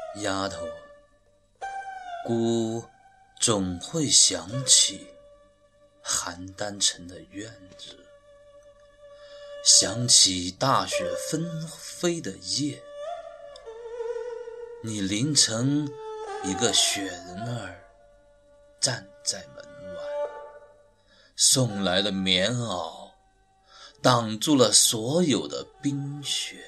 丫头，姑总会想起邯郸城的院子，想起大雪纷飞的夜，你淋成一个雪人儿站在门外，送来的棉袄挡住了所有的冰雪。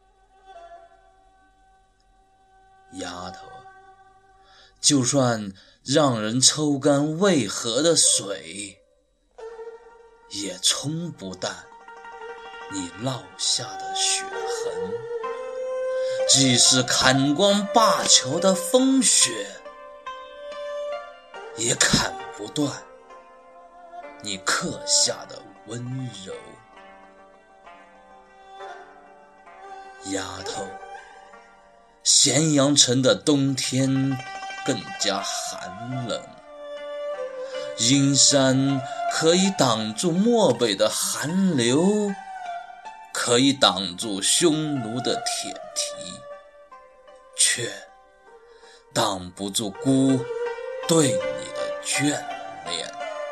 丫头，就算让人抽干渭河的水，也冲不淡你烙下的血痕。即使砍光灞桥的风雪，也砍不断你刻下的温柔。丫头，咸阳城的冬天更加寒冷，阴山可以挡住漠北的寒流，可以挡住匈奴的铁蹄，却挡不住姑对你的眷恋。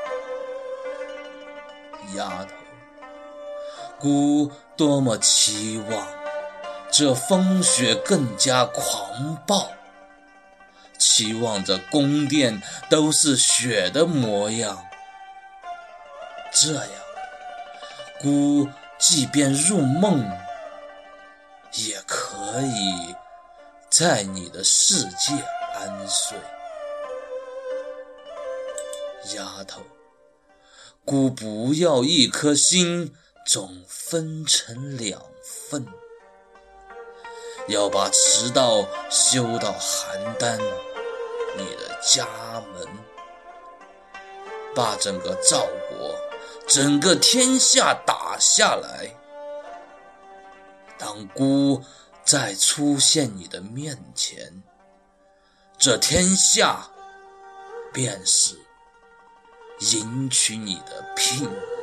丫头，姑多么期望这风雪更加狂暴，期望着宫殿都是雪的模样，这样姑即便入梦，也可以在你的世界安睡。丫头，姑不要一颗心总分成两份，要把驰道修到邯郸你的家门，把整个赵国整个天下打下来。当姑再出现你的面前，这天下便是迎娶你的聘礼。